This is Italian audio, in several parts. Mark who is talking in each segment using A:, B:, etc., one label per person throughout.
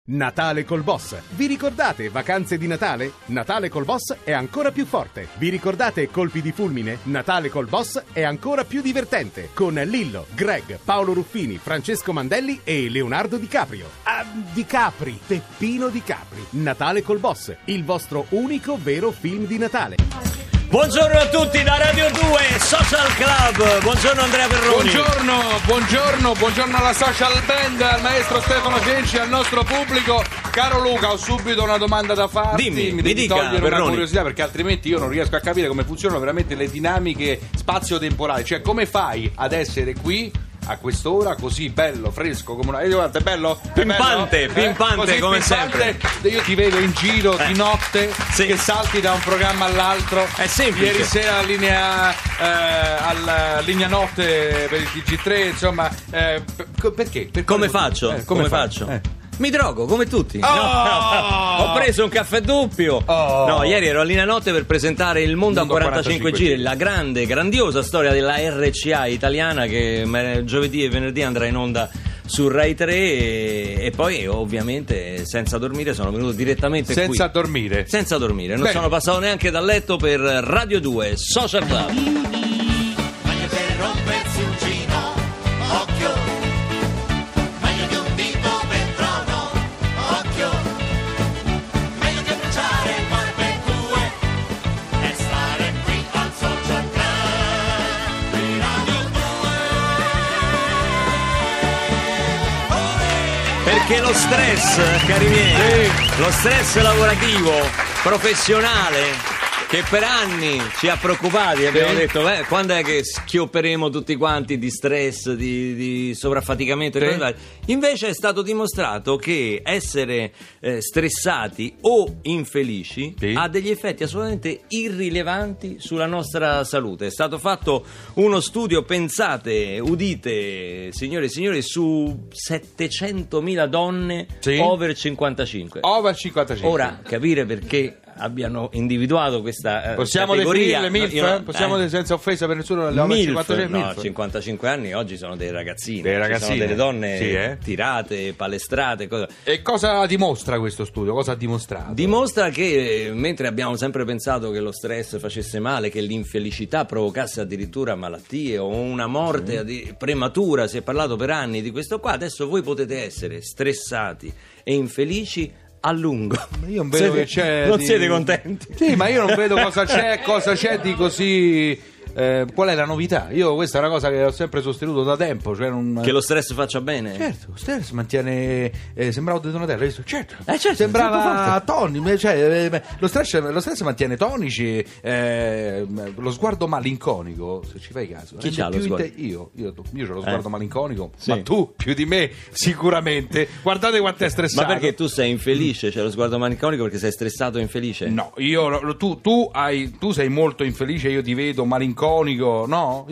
A: Natale col Boss. Vi ricordate vacanze di Natale? Natale col Boss è ancora più forte. Vi ricordate colpi di fulmine? Natale col Boss è ancora più divertente. Con Lillo, Greg, Paolo Ruffini, Francesco Mandelli e Leonardo Di Caprio. Peppino Di Capri. Natale col Boss, il vostro unico vero film di Natale.
B: Buongiorno a tutti da Radio 2 Social Club. Buongiorno Andrea Perroni.
C: Buongiorno alla social band, al maestro Stefano Cenci, al nostro pubblico. Caro Luca, ho subito una domanda da farti.
B: Dimmi,
C: mi
B: dica,
C: togliere
B: Perroni.
C: una curiosità, perché altrimenti io non riesco a capire come funzionano veramente le dinamiche spazio-temporali. Cioè, come fai ad essere qui a quest'ora così bello, fresco come una... Guarda, è bello?
B: Pimpante,
C: Così
B: come
C: pimpante.
B: sempre.
C: Io ti vedo in giro di notte,
B: sì,
C: che salti da un programma all'altro.
B: È semplice.
C: Ieri sera alla linea notte per il TG3, insomma, perché?
B: Come faccio?
C: Come
B: faccio? Mi drogo come tutti. Ho preso un caffè doppio. No, ieri ero a Linea Notte per presentare Il Mondo a 45 giri, la grandiosa storia della RCA italiana che giovedì e venerdì andrà in onda su Rai 3 e poi ovviamente senza dormire sono venuto direttamente qui.
C: Senza dormire,
B: non sono passato neanche dal letto per Radio 2 Social Club. Perché lo stress, cari miei, lo stress lavorativo, professionale, che per anni ci ha preoccupati, abbiamo detto, quando è che schiopperemo tutti quanti di stress, di sovraffaticamento e cose varie. Invece è stato dimostrato che essere stressati o infelici ha degli effetti assolutamente irrilevanti sulla nostra salute. È stato fatto uno studio, pensate, udite, signore e signori, su 700.000 donne over 55.
C: Over 55.
B: Ora, capire perché abbiano individuato questa
C: possiamo
B: categoria.
C: definirle MILF? Possiamo senza offesa per nessuno le over 55?
B: No, 55 anni oggi sono dei ragazzini.
C: Ci sono
B: delle donne tirate, palestrate.
C: E cosa dimostra questo studio? Cosa ha dimostrato?
B: Dimostra che mentre abbiamo sempre pensato che lo stress facesse male, che l'infelicità provocasse addirittura malattie o una morte prematura, si è parlato per anni di questo qua, adesso voi potete essere stressati e infelici a lungo.
C: Io non vedo che c'è.
B: Non siete contenti?
C: Sì, ma io non vedo cosa c'è di così. Qual è la novità? Io questa è una cosa che ho sempre sostenuto da tempo, cioè
B: che lo stress faccia bene.
C: Certo, lo stress mantiene. Sembrava Donatello, certo,
B: sembrava
C: Tony, lo stress mantiene tonici. Lo sguardo malinconico, se ci fai caso.
B: Chi c'ha lo sguardo?
C: Io ho lo sguardo malinconico, ma tu più di me sicuramente. Guardate quanto è stressato.
B: Ma perché tu sei infelice? C'è lo sguardo malinconico perché sei stressato e infelice?
C: No, tu sei molto infelice, io ti vedo malinconico. No?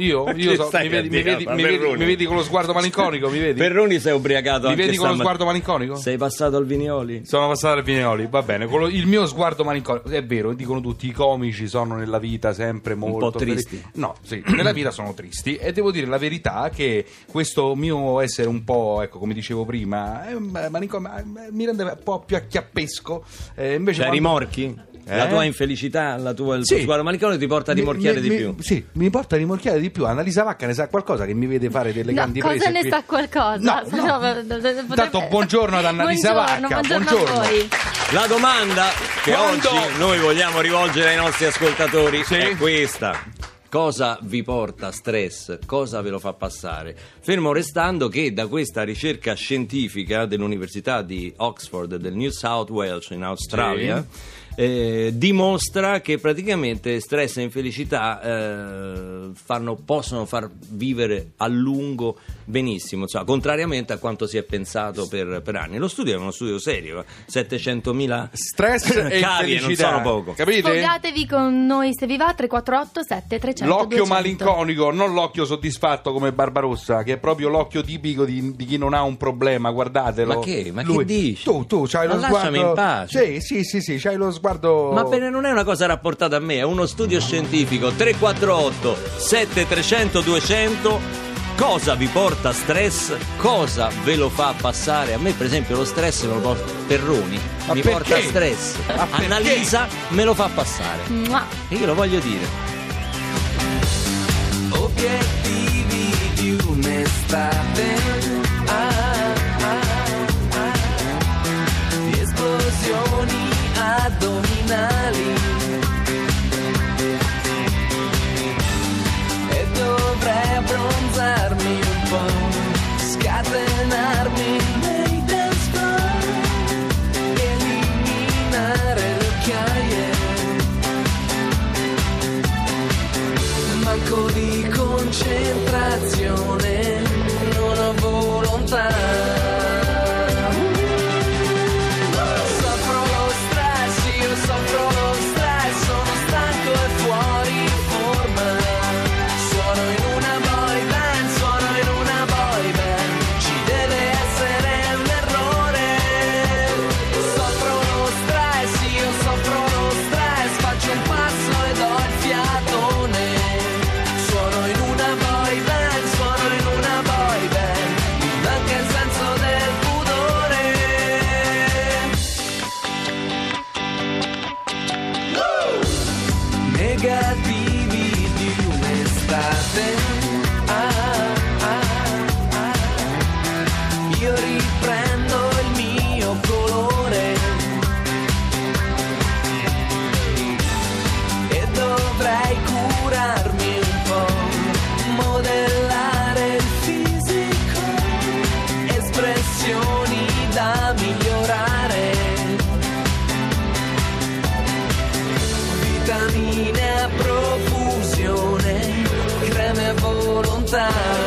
C: Mi vedi con lo sguardo malinconico? Mi vedi?
B: Perroni sei ubriacato
C: mi
B: anche
C: vedi con lo sguardo malinconico?
B: Sei passato al Vignoli?
C: Sono passato al Vignoli, va bene. Il mio sguardo malinconico, è vero, dicono tutti, i comici sono nella vita sempre molto
B: un po' tristi.
C: No, sì, nella vita sono tristi e devo dire la verità che questo mio essere un po', ecco, come dicevo prima, mi rende un po' più acchiappesco. Invece
B: rimorchi? La tua infelicità, il tuo sguardo malinconico ti porta a rimorchiare di più.
C: Sì, mi porta a rimorchiare di più. Annalisa Vacca ne sa qualcosa che mi vede fare delle grandi prese.
D: Cosa ne sa qualcosa?
C: Intanto buongiorno ad Annalisa Vacca.
D: Buongiorno a voi.
B: La domanda che oggi noi vogliamo rivolgere ai nostri ascoltatori è questa: cosa vi porta stress? Cosa ve lo fa passare? Fermo restando che da questa ricerca scientifica dell'Università di Oxford del New South Wales in Australia dimostra che praticamente stress e infelicità possono far vivere a lungo benissimo, cioè, contrariamente a quanto si è pensato per anni. Lo studio è uno studio serio, 700.000
C: stress e
B: cavi, non sono poco.
C: Capite?
D: Sfogatevi con noi se vi va, 348 7300
C: l'occhio
D: 200.
C: malinconico, non l'occhio soddisfatto come Barbarossa, che è proprio l'occhio tipico di chi non ha un problema, guardatelo.
B: Ma che dici?
C: Tu c'hai lo sguardo.
B: Lasciami in pace.
C: Sì, c'hai lo sguardo.
B: Ma non è una cosa rapportata a me, è uno studio scientifico. 348 7300 200. cosa vi porta stress, cosa ve lo fa passare. A me per esempio lo stress me lo porta Perroni,
C: Ma
B: mi
C: perché?
B: porta stress.
C: Ma perché?
B: Annalisa me lo fa passare.
D: Mua.
B: E io lo voglio dire.
E: Obiettivi di un'estate, di esplosioni addominali, e dovrei abbronzarmi un po', scatenarmi nei dance floor, eliminare le occhiaie, manco di concentrazione, non ho volontà. Soffro lo stress, io soffro lo stress, sono stanco e fuori forma. Suono in una boy band, suono in una boy band, ci deve essere un errore. Soffro lo stress, io soffro lo stress, faccio un passo e do il fiatone. Suono in una boy band, suono in una boy band, mi manca il senso del pudore. Negativi di un'estate, io riprendo il mio colore e dovrei curarmi un po', modellare il fisico, espressioni da migliorare, vitamine a profusione, creme a volontà.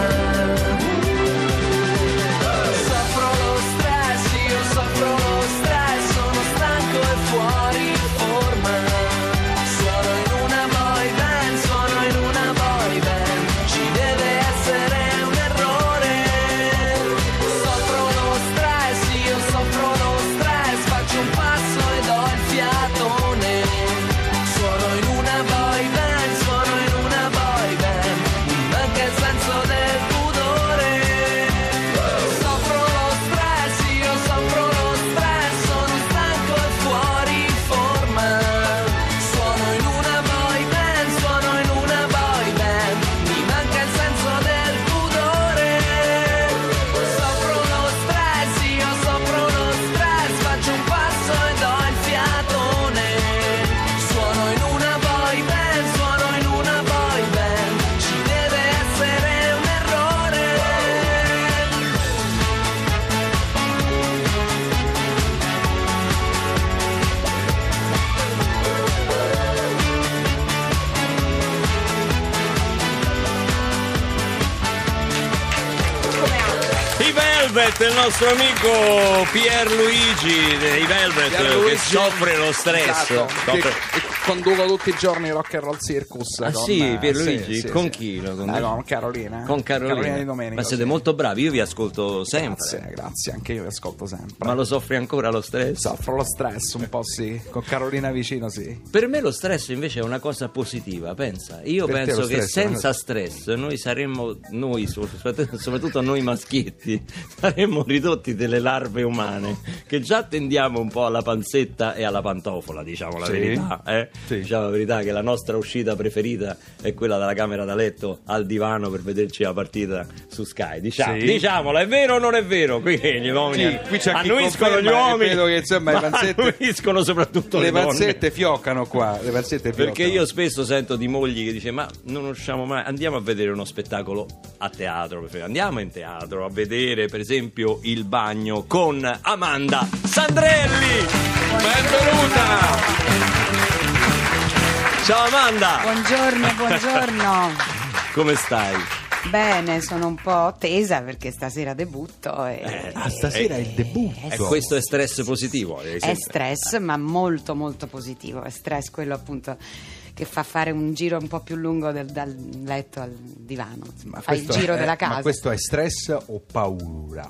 E: Soffro lo stress, io soffro lo stress, sono stanco e fuori forma. Suono in una boy band, suono in una boy band, ci deve essere un errore. Soffro lo stress, io soffro lo stress, faccio un passo e do il fiatone. Suono in una boy band, suono in una boy band, mi manca il senso del pudore. Soffro lo stress, io soffro lo stress, sono stanco e fuori forma. Suono in una boy band, suono in una boy band, mi manca il senso del pudore. Soffro lo stress, io soffro lo stress, faccio un passo e do il fiatone. Suono in una boy band, suono in una boy band, ci deve essere un errore.
B: I Velvet, il nostro amico Pierluigi dei Velvet,
C: Pierluigi.
B: che soffre lo stress.
C: Esatto,
B: Soffre-
C: che conduco tutti i giorni Rock and Roll Circus.
B: Ah,
C: con,
B: sì, Pierluigi?
C: sì,
B: con
C: sì.
B: chi lo conduci?
C: Con Carolina.
B: Con Carolina
C: di Domenico.
B: Ma siete
C: sì.
B: molto bravi, io vi ascolto sempre.
C: Grazie, anche io vi ascolto sempre.
B: Ma lo soffri ancora lo stress?
C: Soffro lo stress un po', sì. Con Carolina vicino, sì.
B: Per me lo stress invece è una cosa positiva, pensa. Io
C: Per te
B: penso
C: lo
B: che
C: stress
B: senza stress noi saremmo, soprattutto noi maschietti, saremmo ridotti delle larve umane, che già tendiamo un po' alla panzetta e alla pantofola, diciamo la
C: Sì.
B: verità.
C: Sì.
B: Diciamo la verità che la nostra uscita preferita è quella dalla camera da letto al divano per vederci la partita su Sky.
C: Sì.
B: Diciamolo, è vero o non è vero? Qui gli uomini
C: Sì, qui c'è chi
B: annuiscono gli
C: conferma, e
B: uomini,
C: vedo che, insomma, le
B: ma
C: panzette-
B: annuiscono soprattutto
C: Le
B: donne.
C: panzette fioccano qua. Le panzette fioccano.
B: Perché io spesso sento di mogli che dice: ma non usciamo mai, andiamo a vedere uno spettacolo a teatro, andiamo in teatro a vedere per esempio Il bagno con Amanda Sandrelli.
C: Benvenuta!
B: Ciao Amanda,
F: Buongiorno.
B: come stai?
F: Bene, sono un po' tesa perché stasera debutto e
C: Stasera è il debutto.
B: Questo è stress positivo,
F: è stress, ma molto molto positivo. È stress quello appunto che fa fare un giro un po' più lungo dal letto al divano. Fai il giro della casa.
C: Ma questo è stress o paura?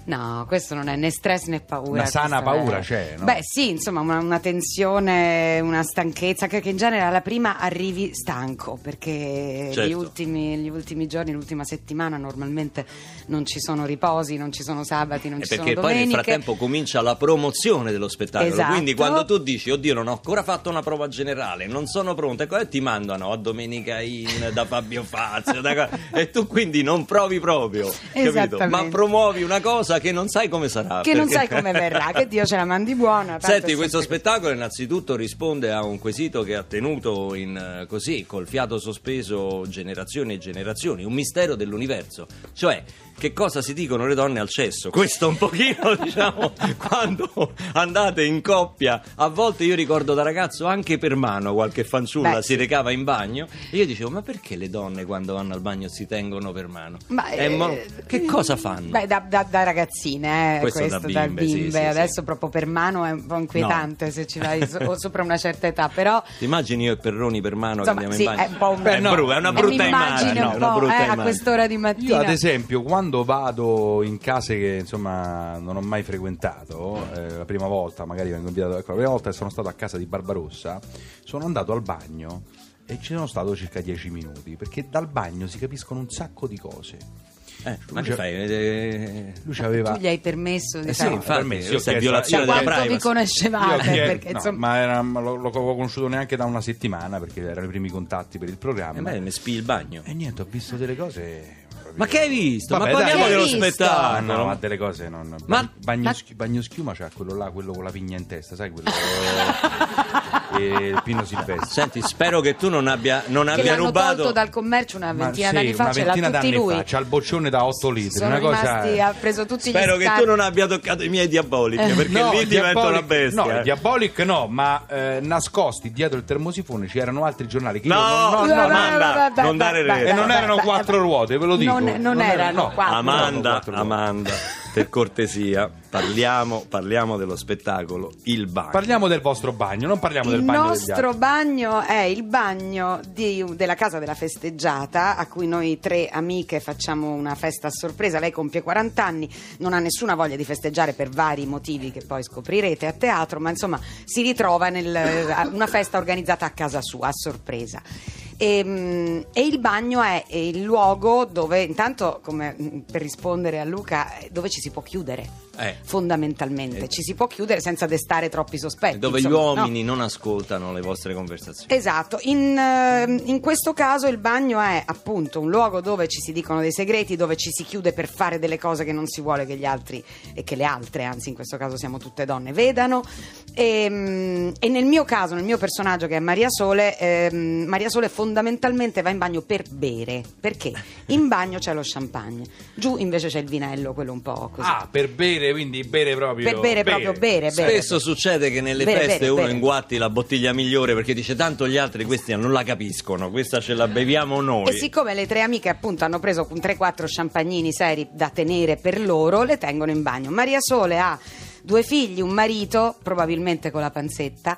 F: No, questo non è né stress né paura.
C: Una sana
F: questo
C: paura
F: è...
C: c'è, no?
F: Beh sì, insomma una tensione, una stanchezza, che in genere alla prima arrivi stanco, perché
B: Certo.
F: gli ultimi giorni, l'ultima settimana normalmente non ci sono riposi, non ci sono sabati, non ci sono
B: Perché
F: domeniche.
B: poi nel frattempo comincia la promozione dello spettacolo.
F: Esatto.
B: Quindi quando tu dici oddio non ho ancora fatto una prova generale, non sono pronto, e ti mandano a Domenica In da Fabio Fazio e tu quindi non provi proprio, capito?
F: Esattamente.
B: Ma promuovi una cosa che non sai come sarà,
F: Che non
B: perché-
F: sai come verrà, che Dio ce la mandi buona. tanto
B: Senti,
F: è
B: questo
F: sempre
B: spettacolo innanzitutto risponde a un quesito che ha tenuto così, col fiato sospeso generazioni e generazioni, un mistero dell'universo, cioè che cosa si dicono le donne al cesso. Questo un pochino, diciamo, quando andate in coppia, a volte io ricordo da ragazzo anche per mano qualche fanciulla
F: Beh,
B: si recava in bagno e io dicevo, ma perché le donne quando vanno al bagno si tengono per mano?
F: Ma,
B: che cosa fanno?
F: Beh, da ragazzine,
B: Questo
F: questo
B: da
F: da
B: bimbe,
F: bimbe,
B: sì, sì,
F: adesso
B: sì.
F: proprio per mano è un po' inquietante se ci vai sopra una certa età, però
B: Ti immagini io e Perroni per mano
F: insomma,
B: che andiamo
F: sì,
B: in bagno?
F: è un po'
B: È una brutta immagine,
F: un
B: una
F: po',
B: brutta
F: a
B: immagine.
F: quest'ora di mattina.
C: Io ad esempio quando vado in case che insomma non ho mai frequentato, la prima volta magari vengo invitato, ecco, la prima volta che sono stato a casa di Barbarossa sono andato al bagno e ci sono stato circa 10 minuti, perché dal bagno si capiscono un sacco di cose.
B: Ma che fai?
C: Lui c'aveva
F: Tu gli hai permesso di
B: Sì,
F: fare
B: infatti,
C: permesso, io
B: questa è
C: ho chiesto-
B: violazione
F: da
B: della
F: quanto vi
B: privacy.
F: conoscevate,
C: Io ho chiesto-
F: perché
C: no,
F: insomma
C: ma lo avevo conosciuto neanche da una settimana, perché erano i primi contatti per il programma.
B: Me ne spii il bagno.
C: E niente, ho visto delle cose.
B: Ma che hai visto?
C: Vabbè,
B: ma parliamo
F: dai.
B: dello
F: Che hai visto?
B: spettacolo.
C: No, ma delle cose non.
B: Ma-
C: bagno schiuma c'ha quello là, quello con la pigna in testa, sai quello? Il Pino Silvestri.
B: Senti, spero che tu non abbia
F: che l'hanno
B: rubato.
F: tolto dal commercio una
C: Ma
F: ventina
C: sì,
F: d'anni fa,
C: una
F: ce l'ha
C: ventina
F: tutti
C: d'anni
F: lui.
C: fa, c'ha il boccione da 8 litri.
F: Sono
C: una cosa.
F: rimasti, ha preso tutti
B: Spero
F: gli
B: che
F: scarti.
B: tu non abbia toccato i miei diabolici, perché
C: No,
B: lì diventa una bestia.
C: No, il Diabolic no, ma nascosti dietro il termosifone c'erano altri giornali che
B: No,
C: io non,
B: Amanda, non dare rete.
C: e non erano quattro ruote, ve lo dico.
F: Non erano quattro.
B: Amanda, per cortesia, parliamo dello spettacolo Il Bagno.
C: Parliamo del vostro bagno, non parliamo del
F: Il
C: bagno degli
F: nostro
C: altri.
F: bagno è il bagno della casa della festeggiata, a cui noi 3 amiche facciamo una festa a sorpresa. Lei compie 40 anni, non ha nessuna voglia di festeggiare per vari motivi che poi scoprirete a teatro, ma insomma si ritrova una festa organizzata a casa sua a sorpresa. E il bagno è il luogo dove, intanto, come per rispondere a Luca, dove ci si può chiudere. Fondamentalmente ci si può chiudere senza destare troppi sospetti,
B: Dove
F: insomma,
B: gli
F: no?
B: uomini non ascoltano le vostre conversazioni.
F: Esatto, in questo caso il bagno è appunto un luogo dove ci si dicono dei segreti, dove ci si chiude per fare delle cose che non si vuole che gli altri e che le altre, anzi in questo caso siamo tutte donne, vedano. E nel mio caso, nel mio personaggio che è Maria Sole fondamentalmente va in bagno per bere, perché in bagno c'è lo champagne, giù invece c'è il vinello, quello un po' così.
C: Ah, per bere, quindi bere proprio.
F: Per bere proprio bere.
B: Spesso succede che nelle
F: Bere,
B: feste
F: bere,
B: uno
F: bere.
B: inguatti la bottiglia migliore perché dice tanto gli altri questi non la capiscono, questa ce la beviamo noi.
F: E siccome le 3 amiche appunto hanno preso 3-4 champagnini seri da tenere per loro, le tengono in bagno. Maria Sole ha 2 figli, un marito, probabilmente con la panzetta,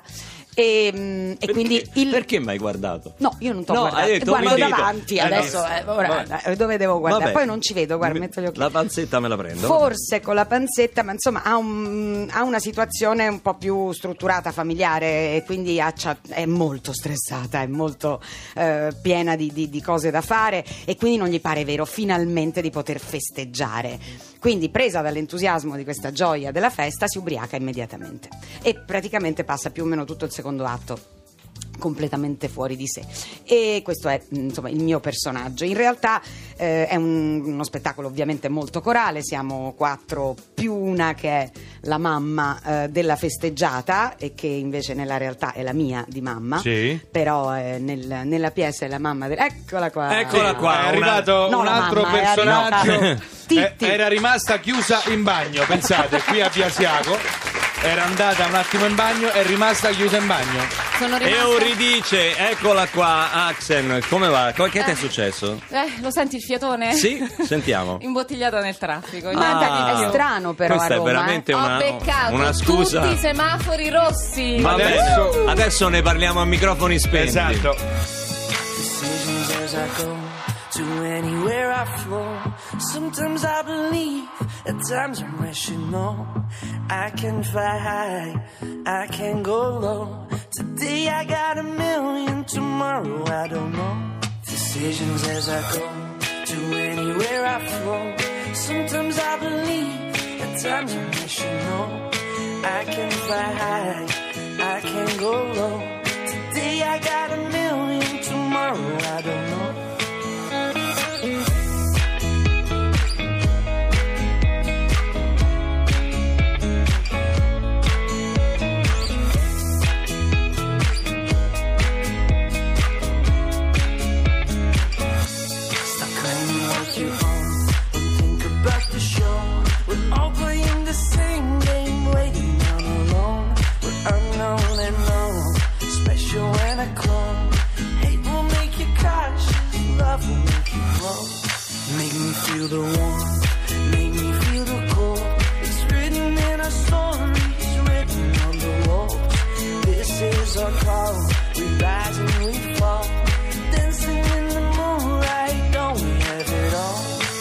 F: e quindi
B: Perché mi hai guardato?
F: No, io non t'ho
B: No,
F: guardato,
B: hai detto
F: guardo
B: marito.
F: davanti adesso, ora, dove devo guardare?
B: Vabbè.
F: Poi non ci vedo, guarda, metto gli occhi.
B: La panzetta me la prendo.
F: Forse con la panzetta, ma insomma ha una situazione un po' più strutturata, familiare, e quindi è molto stressata, è molto piena di cose da fare, e quindi non gli pare vero finalmente di poter festeggiare. Quindi, presa dall'entusiasmo di questa gioia della festa, si ubriaca immediatamente e praticamente passa più o meno tutto il secondo atto completamente fuori di sé. E questo è insomma il mio personaggio. In realtà è uno spettacolo ovviamente molto corale, siamo 4 più una che è la mamma della festeggiata, e che invece nella realtà è la mia di mamma.
C: Sì.
F: Però nella pièce è la mamma eccola qua.
B: Eccola qua,
C: È arrivato
F: No,
C: un
F: la
C: altro
F: mamma è
C: personaggio.
F: arrivata. Titti.
C: Era rimasta chiusa in bagno, pensate, qui a Via Siaco. Era andata un attimo in bagno, è rimasta chiusa in bagno.
D: Sono rimasta...
B: Euridice, eccola qua, Axen, come va? Che ti è successo?
D: Lo senti il fiatone?
B: Sì, sentiamo.
D: Imbottigliata nel traffico.
F: Ma è strano però
B: Questa
F: a Roma.
B: è veramente
D: Ho
B: una
D: beccato
B: scusa.
D: tutti i semafori rossi.
B: Va
C: Adesso-
B: bene, adesso ne parliamo a microfoni spenti.
C: Esatto.
E: Decisions as I go to anywhere I flow. Sometimes I believe, at times I'm rational. I can fly high, I can go low. Today I got 1,000,000, tomorrow I don't know. Decisions as I go, to anywhere I flow. Sometimes I believe, at times I'm rational. I can fly high, I can go low. Today I got 1,000,000, tomorrow I don't know. Stop claiming what you own, don't think about the show. We're all playing the same game, waiting on alone. We're unknown and known, special and a clone. Hate will make you cautious, love will make you grow. Make me feel the warmth, make me feel the cold. It's written in our stories, written on the walls. This is our call, we rise and we fall. Dancing in the moonlight, don't we have it all?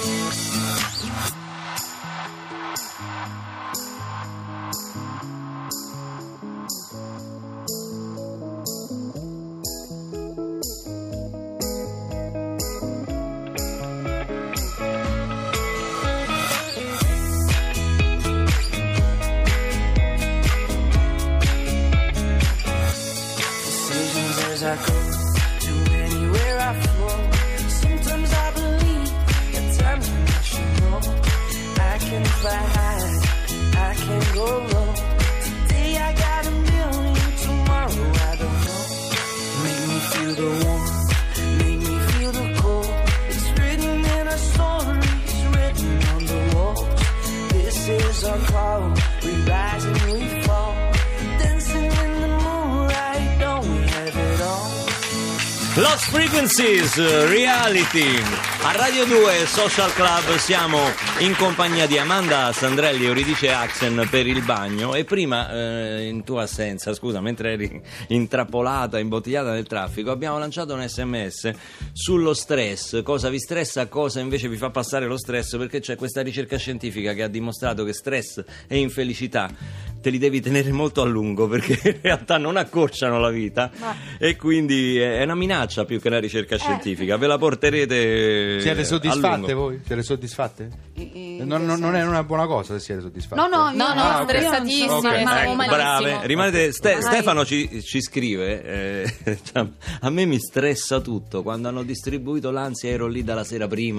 E: As I go to anywhere I flow. Sometimes I believe, at times I'm rational. I can fly high, I can go low. Today I got 1,000,000, tomorrow I don't know. Make me feel the warmth, make me feel the cold. It's written in our stories, written on the walls. This is our call, we rise and we fall. Dancing in the moonlight, don't we have it all?
B: Lost Frequencies, Reality. A Radio 2 Social Club siamo in compagnia di Amanda Sandrelli e Euridice Axen per il bagno. E prima, in tua assenza, scusa, mentre eri intrappolata, imbottigliata nel traffico, abbiamo lanciato un SMS sullo stress. Cosa vi stressa, cosa invece vi fa passare lo stress, perché c'è questa ricerca scientifica che ha dimostrato che stress e infelicità te li devi tenere molto a lungo, perché in realtà non accorciano la vita. E quindi è una minaccia più che una ricerca scientifica. Ve la porterete.
C: Siete
B: a
C: soddisfatte
B: lungo.
C: voi? Siete soddisfatte? Non è una buona cosa se siete soddisfatte.
F: No,
C: ok.
D: stressatissime,
C: Ok.
D: siamo malissimo.
B: Brave, rimanete. Stefano ci scrive: a me mi stressa tutto. Quando hanno distribuito l'ansia ero lì dalla sera prima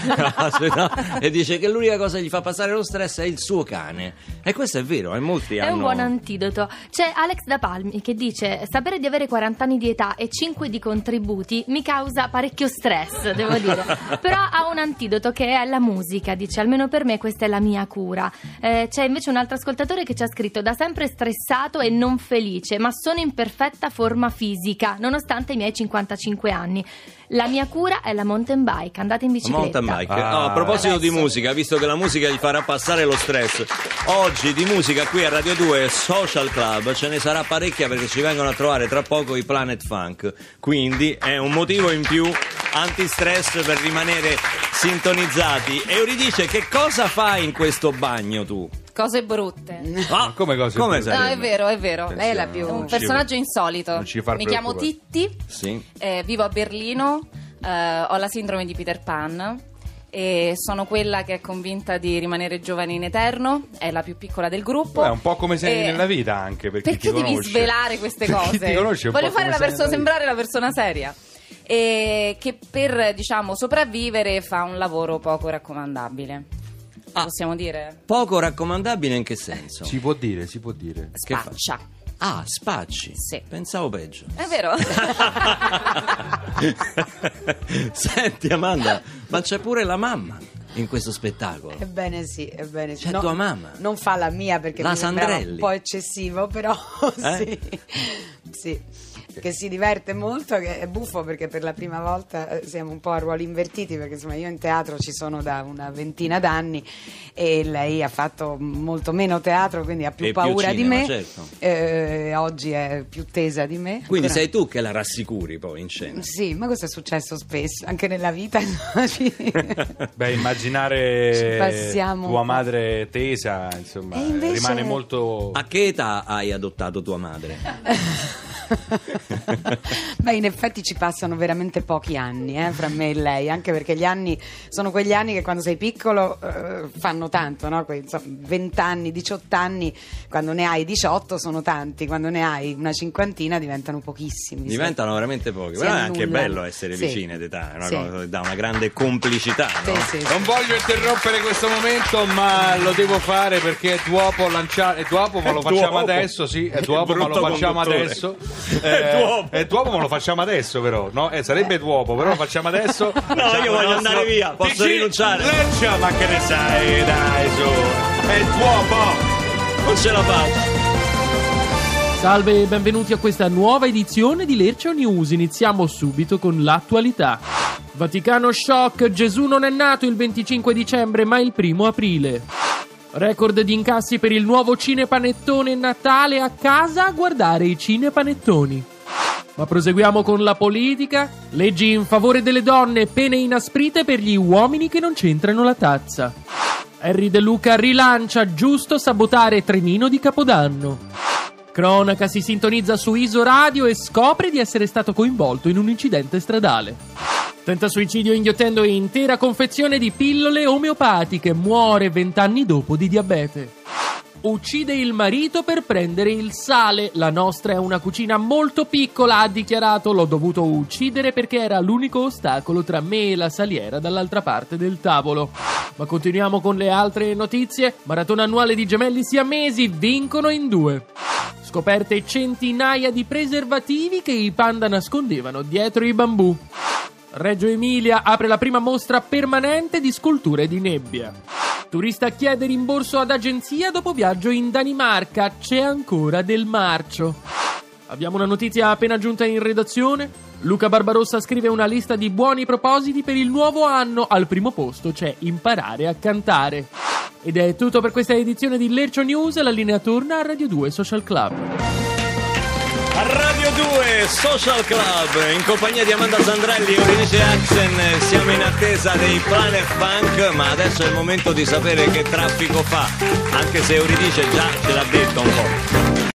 B: e dice che l'unica cosa che gli fa passare lo stress è il suo cane. E questo è vero, molti
D: È
B: hanno.
D: un buon antidoto. C'è Alex da Palmi che dice: sapere di avere 40 anni di età e 5 di contributi mi causa parecchio stress, devo dire. Però ha un antidoto che è la musica. Dice: almeno per me questa è la mia cura. C'è invece un altro ascoltatore che ci ha scritto: da sempre stressato e non felice, ma sono in perfetta forma fisica nonostante i miei 55 anni. La mia cura è la mountain bike, andate in bicicletta.
B: Mountain bike. A proposito di musica, visto che la musica gli farà passare lo stress, oggi di musica qui a Radio 2 Social Club ce ne sarà parecchia, perché ci vengono a trovare tra poco i Planet Funk. Quindi è un motivo in più antistress per rimanere sintonizzati. Euridice, che cosa fai in questo bagno tu?
G: Cose brutte.
B: Ah,
C: Come cose
B: come
C: brutte?
B: sai?
G: No, è vero.
F: Lei è la più...
G: È un
C: Non ci-
G: personaggio insolito.
C: non ci far
G: Mi chiamo
C: preoccupare.
G: Titti,
B: Sì.
G: vivo a Berlino, ho la sindrome di Peter Pan e sono quella che è convinta di rimanere giovane in eterno, è la più piccola del gruppo.
C: È un po' come sei
G: E-
C: nella vita, anche per chi
G: Perché
C: ti
G: devi
C: conosce.
G: svelare queste
C: Per
G: cose?
C: chi ti conosce è un
G: Voglio
C: po'
G: fare
C: come
G: la
C: sei nella vita.
G: sembrare la persona seria. E che per, diciamo, sopravvivere fa un lavoro poco raccomandabile. Possiamo dire?
B: Poco raccomandabile in che senso?
C: Si può dire.
B: Che fa?
G: Spaccia.
B: Ah, spacci.
G: Sì.
B: Pensavo peggio.
G: È vero?
B: Senti Amanda, ma c'è pure la mamma in questo spettacolo.
F: Ebbene sì.
B: C'è tua mamma?
F: Non fa la mia perché
B: La
F: mi sembrava
B: Sandrelli?
F: un po' eccessivo, però sì. che si diverte molto, che è buffo perché per la prima volta siamo un po' a ruoli invertiti, perché insomma io in teatro ci sono da una ventina d'anni e lei ha fatto molto meno teatro, quindi ha più
B: E più
F: paura
B: cinema,
F: di me,
B: certo.
F: oggi è più tesa di me.
B: Quindi
F: Ancora-
B: sei tu che la rassicuri poi in scena.
F: Sì, ma questo è successo spesso, anche nella vita.
C: Beh, immaginare
F: Ci passiamo
C: tua
F: un po'.
C: madre tesa, insomma,
F: E invece-
C: rimane molto...
B: A che età hai adottato tua madre?
F: Beh, in effetti ci passano veramente pochi anni fra me e lei, anche perché gli anni sono quegli anni che quando sei piccolo fanno tanto, no? 20 anni, 18 anni, quando ne hai 18 sono tanti, quando ne hai una cinquantina diventano pochissimi.
B: Diventano veramente pochi,
F: Si
B: però è anche
F: annullano.
B: bello essere
F: Sì.
B: vicine d'età, è una
F: Sì.
B: cosa che dà una grande complicità, no?
F: Sì, sì.
C: Non voglio interrompere questo momento, ma lo devo fare perché è dopo lanciare. È dopo, ma lo facciamo
B: Dopo.
C: adesso. Sì, è dopo, ma lo
B: Brutto
C: facciamo
B: conduttore.
C: adesso.
B: È
C: È dopo, ma lo facciamo adesso, però. No? Sarebbe dopo, però lo facciamo adesso.
B: No, io voglio andare via, posso rinunciare?
C: Leccia, ma che ne sai, dai, su. È dopo.
B: Non ce la faccio.
H: Salve e benvenuti a questa nuova edizione di Lercio News. Iniziamo subito con l'attualità. Vaticano shock, Gesù non è nato il 25 dicembre ma il 1 aprile. Record di incassi per il nuovo cinepanettone Natale a casa a guardare i cinepanettoni. Ma proseguiamo con la politica. Leggi in favore delle donne, pene inasprite per gli uomini che non c'entrano la tazza. Harry De Luca rilancia, giusto sabotare trenino di Capodanno. Cronaca si sintonizza su Iso Radio e scopre di essere stato coinvolto in un incidente stradale. Tenta suicidio inghiottendo intera confezione di pillole omeopatiche, muore 20 anni dopo di diabete. Uccide il marito per prendere il sale. La nostra è una cucina molto piccola, ha dichiarato. L'ho dovuto uccidere perché era l'unico ostacolo tra me e la saliera dall'altra parte del tavolo. Ma continuiamo con le altre notizie. Maratona annuale di gemelli siamesi, vincono in 2. Scoperte centinaia di preservativi che i panda nascondevano dietro i bambù. Reggio Emilia apre la prima mostra permanente di sculture di nebbia. Turista chiede rimborso ad agenzia dopo viaggio in Danimarca. C'è ancora del marcio. Abbiamo una notizia appena giunta in redazione. Luca Barbarossa scrive una lista di buoni propositi per il nuovo anno. Al primo posto c'è imparare a cantare. Ed è tutto per questa edizione di Lercio News. La linea torna a Radio 2 Social Club.
B: A Radio 2 Social Club, in compagnia di Amanda Sandrelli e Euridice Axen, siamo in attesa dei Planet Funk, ma adesso è il momento di sapere che traffico fa, anche se Euridice già ce l'ha detto un po'.